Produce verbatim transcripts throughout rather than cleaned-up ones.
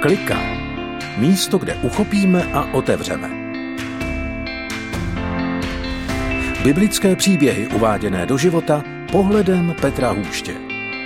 Klika. Místo, kde uchopíme a otevřeme. Biblické příběhy uváděné do života pohledem Petra Hůště.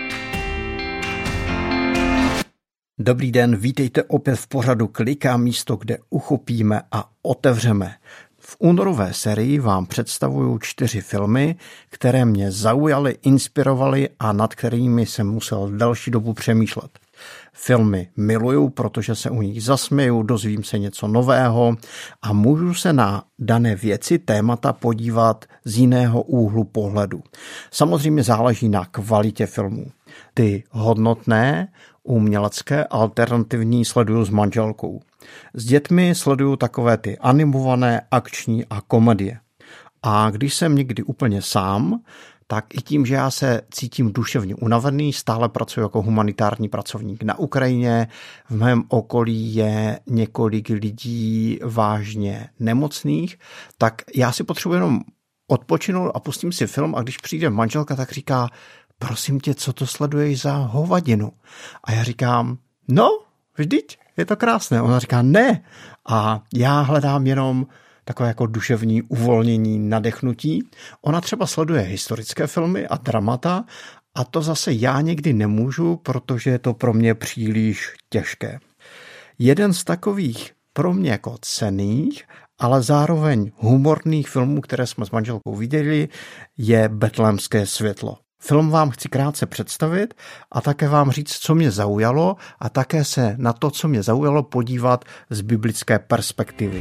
Dobrý den, vítejte opět v pořadu Klika, místo, kde uchopíme a otevřeme. V únorové sérii vám představuju čtyři filmy, které mě zaujaly, inspirovaly a nad kterými jsem musel delší dobu přemýšlet. Filmy miluju, protože se u nich zasměju, dozvím se něco nového a můžu se na dané věci, témata podívat z jiného úhlu pohledu. Samozřejmě záleží na kvalitě filmů. Ty hodnotné, umělecké, alternativní sleduju s manželkou. S dětmi sleduju takové ty animované, akční a komedie. A když jsem někdy úplně sám, tak i tím, že já se cítím duševně unavený, stále pracuji jako humanitární pracovník na Ukrajině, v mém okolí je několik lidí vážně nemocných, tak já si potřebuji jenom odpočinout a pustím si film a když přijde manželka, tak říká, prosím tě, co to sleduješ za hovadinu? A já říkám, no, vždyť, je to krásné. Ona říká, ne. A já hledám jenom takové jako duševní uvolnění, nadechnutí. Ona třeba sleduje historické filmy a dramata a to zase já někdy nemůžu, protože je to pro mě příliš těžké. Jeden z takových pro mě jako cenných, ale zároveň humorných filmů, které jsme s manželkou viděli, je Betlémské světlo. Film vám chci krátce představit a také vám říct, co mě zaujalo a také se na to, co mě zaujalo, podívat z biblické perspektivy.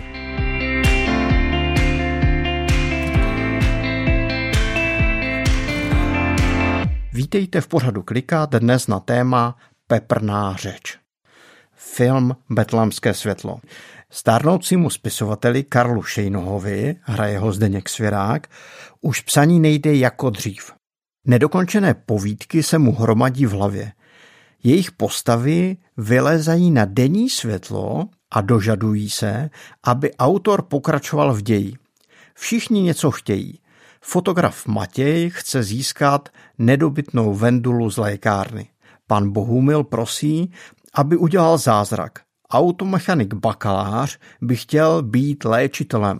Vítejte v pořadu Klika, dnes na téma Peprná řeč. Film Betlémské světlo. Stárnoucímu spisovateli Karlu Šejnohovi, hraje ho Zdeněk Svěrák, už psaní nejde jako dřív. Nedokončené povídky se mu hromadí v hlavě. Jejich postavy vylézají na denní světlo a dožadují se, aby autor pokračoval v ději. Všichni něco chtějí. Fotograf Matěj chce získat nedobytnou vendulu z lékárny. Pan Bohumil prosí, aby udělal zázrak. Automechanik Bakalář by chtěl být léčitelem.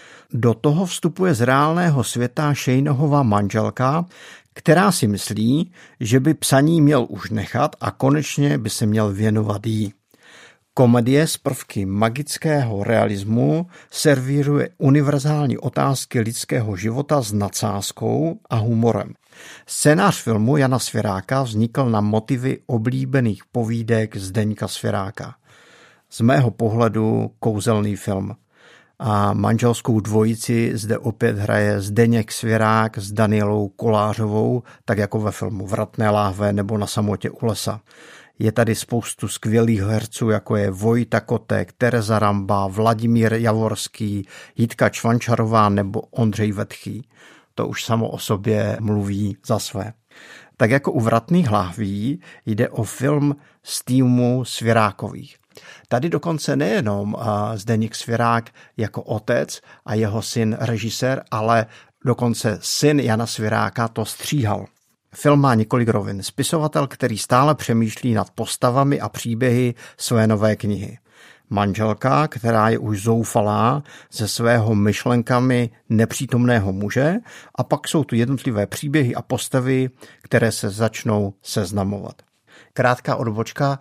Do toho vstupuje z reálného světa Šejnohova manželka, která si myslí, že by psaní měl už nechat a konečně by se měl věnovat jí. Komedie z prvky magického realismu servíruje univerzální otázky lidského života s nadsázkou a humorem. Scénář filmu Jana Svěráka vznikl na motivy oblíbených povídek Zdeňka Svěráka. Z mého pohledu kouzelný film. A manželskou dvojici zde opět hraje Zdeněk Svěrák s Danielou Kolářovou, tak jako ve filmu Vratné láhve nebo Na samotě u lesa. Je tady spoustu skvělých herců, jako je Vojta Kotek, Tereza Ramba, Vladimír Javorský, Jitka Čvančarová nebo Ondřej Vetchý. To už samo o sobě mluví za své. Tak jako u Vratných láhví jde o film z týmu Svěrákových. Tady dokonce nejenom Zdeněk Svěrák jako otec a jeho syn režisér, ale dokonce syn Jana Svěráka to stříhal. Film má několik rovin. Spisovatel, který stále přemýšlí nad postavami a příběhy své nové knihy. Manželka, která je už zoufalá ze svého myšlenkami nepřítomného muže a pak jsou tu jednotlivé příběhy a postavy, které se začnou seznamovat. Krátká odbočka.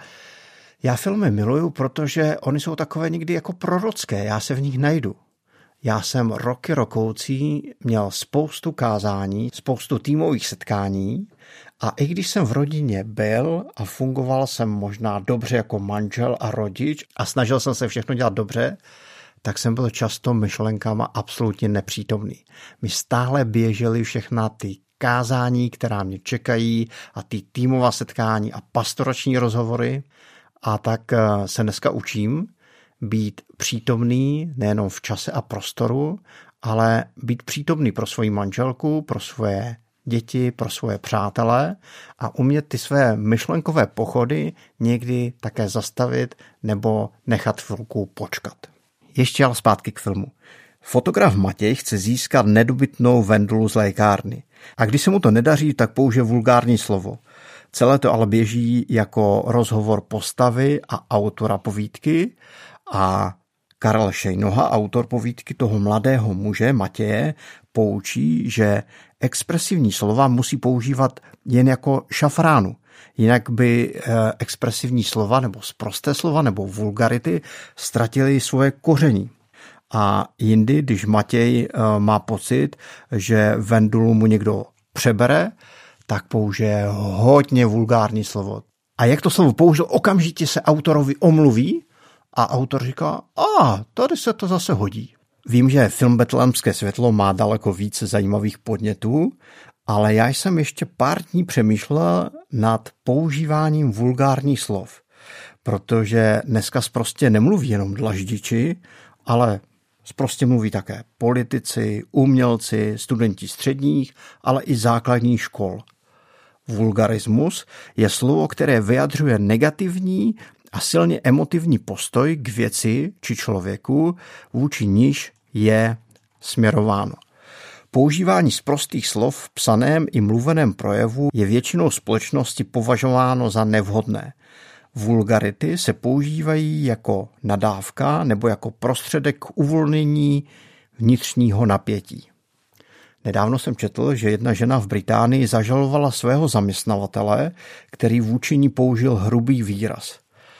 Já filmy miluju, protože oni jsou takové někdy jako prorocké, já se v nich najdu. Já jsem roky rokoucí měl spoustu kázání, spoustu týmových setkání a i když jsem v rodině byl a fungoval jsem možná dobře jako manžel a rodič a snažil jsem se všechno dělat dobře, tak jsem byl často myšlenkama absolutně nepřítomný. Mi stále běžely všechna ty kázání, která mě čekají a ty týmová setkání a pastorační rozhovory. A tak se dneska učím být přítomný nejenom v čase a prostoru, ale být přítomný pro svoji manželku, pro svoje děti, pro svoje přátele a umět ty své myšlenkové pochody někdy také zastavit nebo nechat chvilku počkat. Ještě ale zpátky k filmu. Fotograf Matěj chce získat nedobytnou vendulu z lékárny. A když se mu to nedaří, tak použije vulgární slovo. Celé to ale běží jako rozhovor postavy a autora povídky a Karel Šejnoha, autor povídky toho mladého muže Matěje, poučí, že expresivní slova musí používat jen jako šafránu. Jinak by expresivní slova nebo sprosté slova nebo vulgarity ztratily svoje koření. A jindy, když Matěj má pocit, že Vendulu mu někdo přebere, tak použije hodně vulgární slovo. A jak to slovo použil, okamžitě se autorovi omluví a autor říká, a tady se to zase hodí. Vím, že film Betlémské světlo má daleko více zajímavých podnětů, ale já jsem ještě pár dní přemýšlel nad používáním vulgárních slov, protože dneska sprostě nemluví jenom dlaždiči, ale sprostě mluví také politici, umělci, studenti středních, ale i základních škol. Vulgarismus je slovo, které vyjadřuje negativní a silně emotivní postoj k věci či člověku, vůči níž je směrováno. Používání sprostých slov v psaném i mluveném projevu je většinou společnosti považováno za nevhodné. Vulgarity se používají jako nadávka nebo jako prostředek k uvolnění vnitřního napětí. Nedávno jsem četl, že jedna žena v Británii zažalovala svého zaměstnavatele, který vůči ní použil hrubý výraz.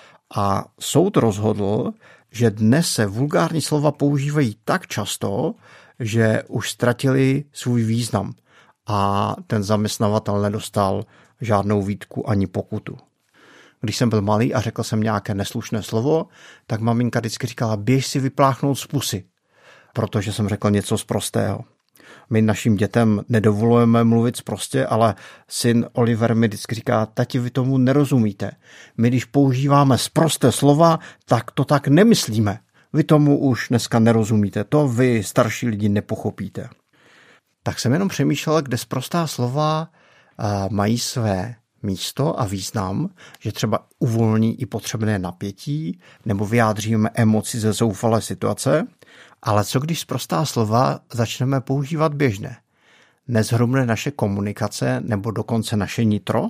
A soud rozhodl, že dnes se vulgární slova používají tak často, že už ztratili svůj význam a ten zaměstnavatel nedostal žádnou výtku ani pokutu. Když jsem byl malý a řekl jsem nějaké neslušné slovo, tak maminka vždycky říkala, běž si vypláchnout z pusy, protože jsem řekl něco sprostého. My našim dětem nedovolujeme mluvit sprostě, ale syn Oliver mi vždycky říká, tati, vy tomu nerozumíte. My když používáme sprosté slova, tak to tak nemyslíme. Vy tomu už dneska nerozumíte, to vy starší lidi nepochopíte. Tak jsem jenom přemýšlel, kde sprostá slova mají své místo a význam, že třeba uvolní i potřebné napětí nebo vyjádříme emoci ze zoufalé situace, ale co když sprostá slova začneme používat běžně? Nezhrubne naše komunikace nebo dokonce naše nitro?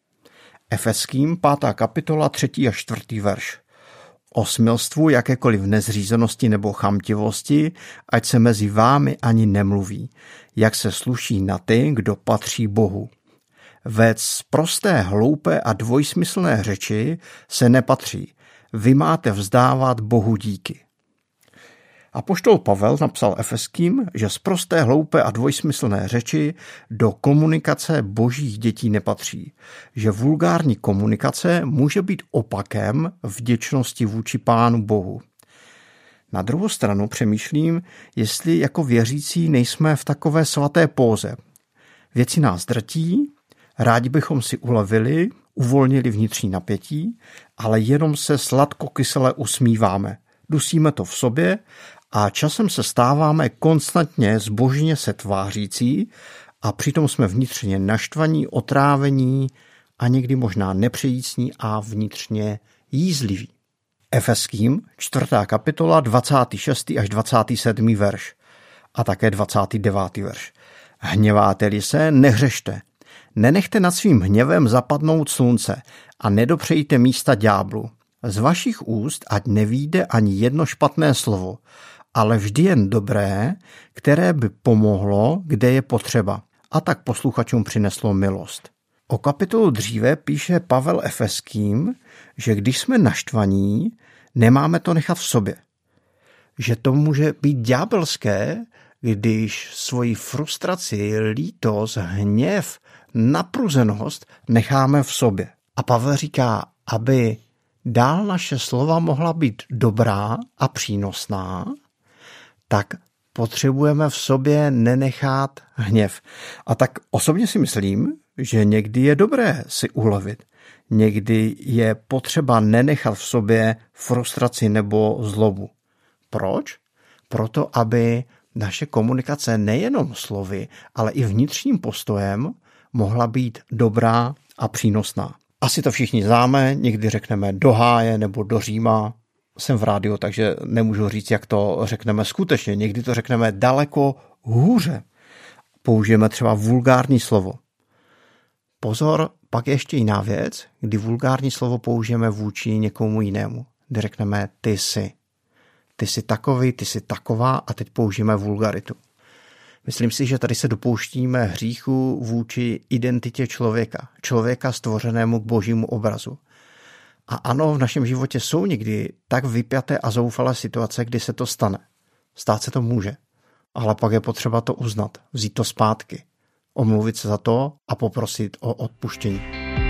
Efeským pátá kapitola třetí a čtvrtý verš. O smilstvu, jakékoliv nezřízenosti nebo chamtivosti, ať se mezi vámi ani nemluví, jak se sluší na ty, kdo patří Bohu. Vec prosté, hloupé a dvojsmyslné řeči se nepatří. Vy máte vzdávat Bohu díky. Apoštol Pavel napsal Efeským, že z prosté, hloupé a dvojsmyslné řeči do komunikace božích dětí nepatří. Že vulgární komunikace může být opakem vděčnosti vůči Pánu Bohu. Na druhou stranu přemýšlím, jestli jako věřící nejsme v takové svaté póze. Věci nás drtí, rádi bychom si ulevili, uvolnili vnitřní napětí, ale jenom se sladkokysele usmíváme. Dusíme to v sobě a časem se stáváme konstantně zbožně se tvářící a přitom jsme vnitřně naštvaní, otrávení a někdy možná nepřejícní a vnitřně jízliví. Efeským, čtvrtá kapitola, dvacátý šestý až dvacátý sedmý verš a také dvacátý devátý verš. Hněváte-li se, nehřešte. Nenechte nad svým hněvem zapadnout slunce a nedopřejte místa ďáblu. Z vašich úst ať nevyjde ani jedno špatné slovo, ale vždy jen dobré, které by pomohlo, kde je potřeba, a tak posluchačům přineslo milost. O kapitolu dříve píše Pavel Efeským, že když jsme naštvaní, nemáme to nechat v sobě. Že to může být ďábelské, když svoji frustraci, lítost, hněv, napruzenost necháme v sobě. A Pavel říká, aby dál naše slova mohla být dobrá a přínosná, tak potřebujeme v sobě nenechat hněv. A tak osobně si myslím, že někdy je dobré si ulevit. Někdy je potřeba nenechat v sobě frustraci nebo zlobu. Proč? Proto, aby naše komunikace nejenom slovy, ale i vnitřním postojem mohla být dobrá a přínosná. Asi to všichni známe, někdy řekneme do háje nebo do Říma. Jsem v rádiu, takže nemůžu říct, jak to řekneme skutečně. Někdy to řekneme daleko hůře. Použijeme třeba vulgární slovo. Pozor, pak je ještě jiná věc, kdy vulgární slovo použijeme vůči někomu jinému. Kdy řekneme ty jsi. Ty jsi takový, ty jsi taková a teď použijeme vulgaritu. Myslím si, že tady se dopouštíme hříchu vůči identitě člověka. Člověka stvořenému k božímu obrazu. A ano, v našem životě jsou někdy tak vypjaté a zoufalé situace, kdy se to stane. Stát se to může. Ale pak je potřeba to uznat, vzít to zpátky, omluvit se za to a poprosit o odpuštění.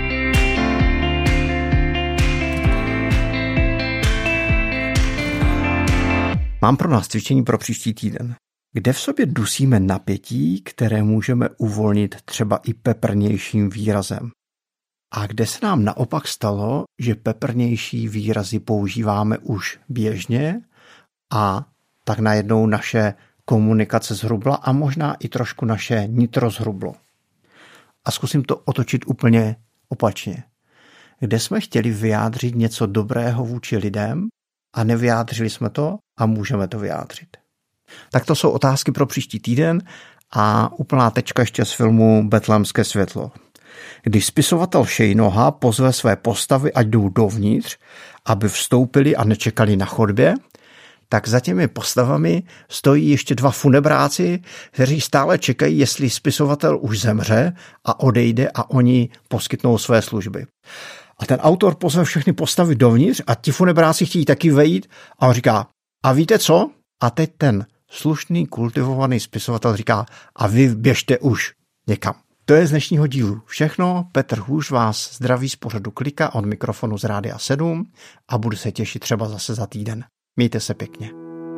Mám pro nás cvičení pro příští týden. Kde v sobě dusíme napětí, které můžeme uvolnit třeba i peprnějším výrazem? A kde se nám naopak stalo, že peprnější výrazy používáme už běžně a tak najednou naše komunikace zhrubla a možná i trošku naše nitro zhrublo. A zkusím to otočit úplně opačně. Kde jsme chtěli vyjádřit něco dobrého vůči lidem a nevyjádřili jsme to a můžeme to vyjádřit. Tak to jsou otázky pro příští týden a úplná tečka ještě z filmu Betlémské světlo. Když spisovatel Šejnoha pozve své postavy, ať jdou dovnitř, aby vstoupili a nečekali na chodbě, tak za těmi postavami stojí ještě dva funebráci, kteří stále čekají, jestli spisovatel už zemře a odejde a oni poskytnou své služby. A ten autor pozve všechny postavy dovnitř a ti funebráci chtějí taky vejít a on říká, a víte co? A teď ten slušný, kultivovaný spisovatel říká, a vy běžte už někam. To je z dnešního dílu všechno. Petr Hůž vás zdraví z pořadu Klika od mikrofonu z Rádia sedm a budu se těšit třeba zase za týden. Mějte se pěkně.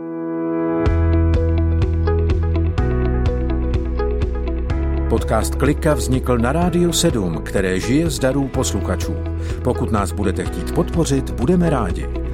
Podcast Klika vznikl na Rádiu sedm, které žije z darů posluchačů. Pokud nás budete chtít podpořit, budeme rádi.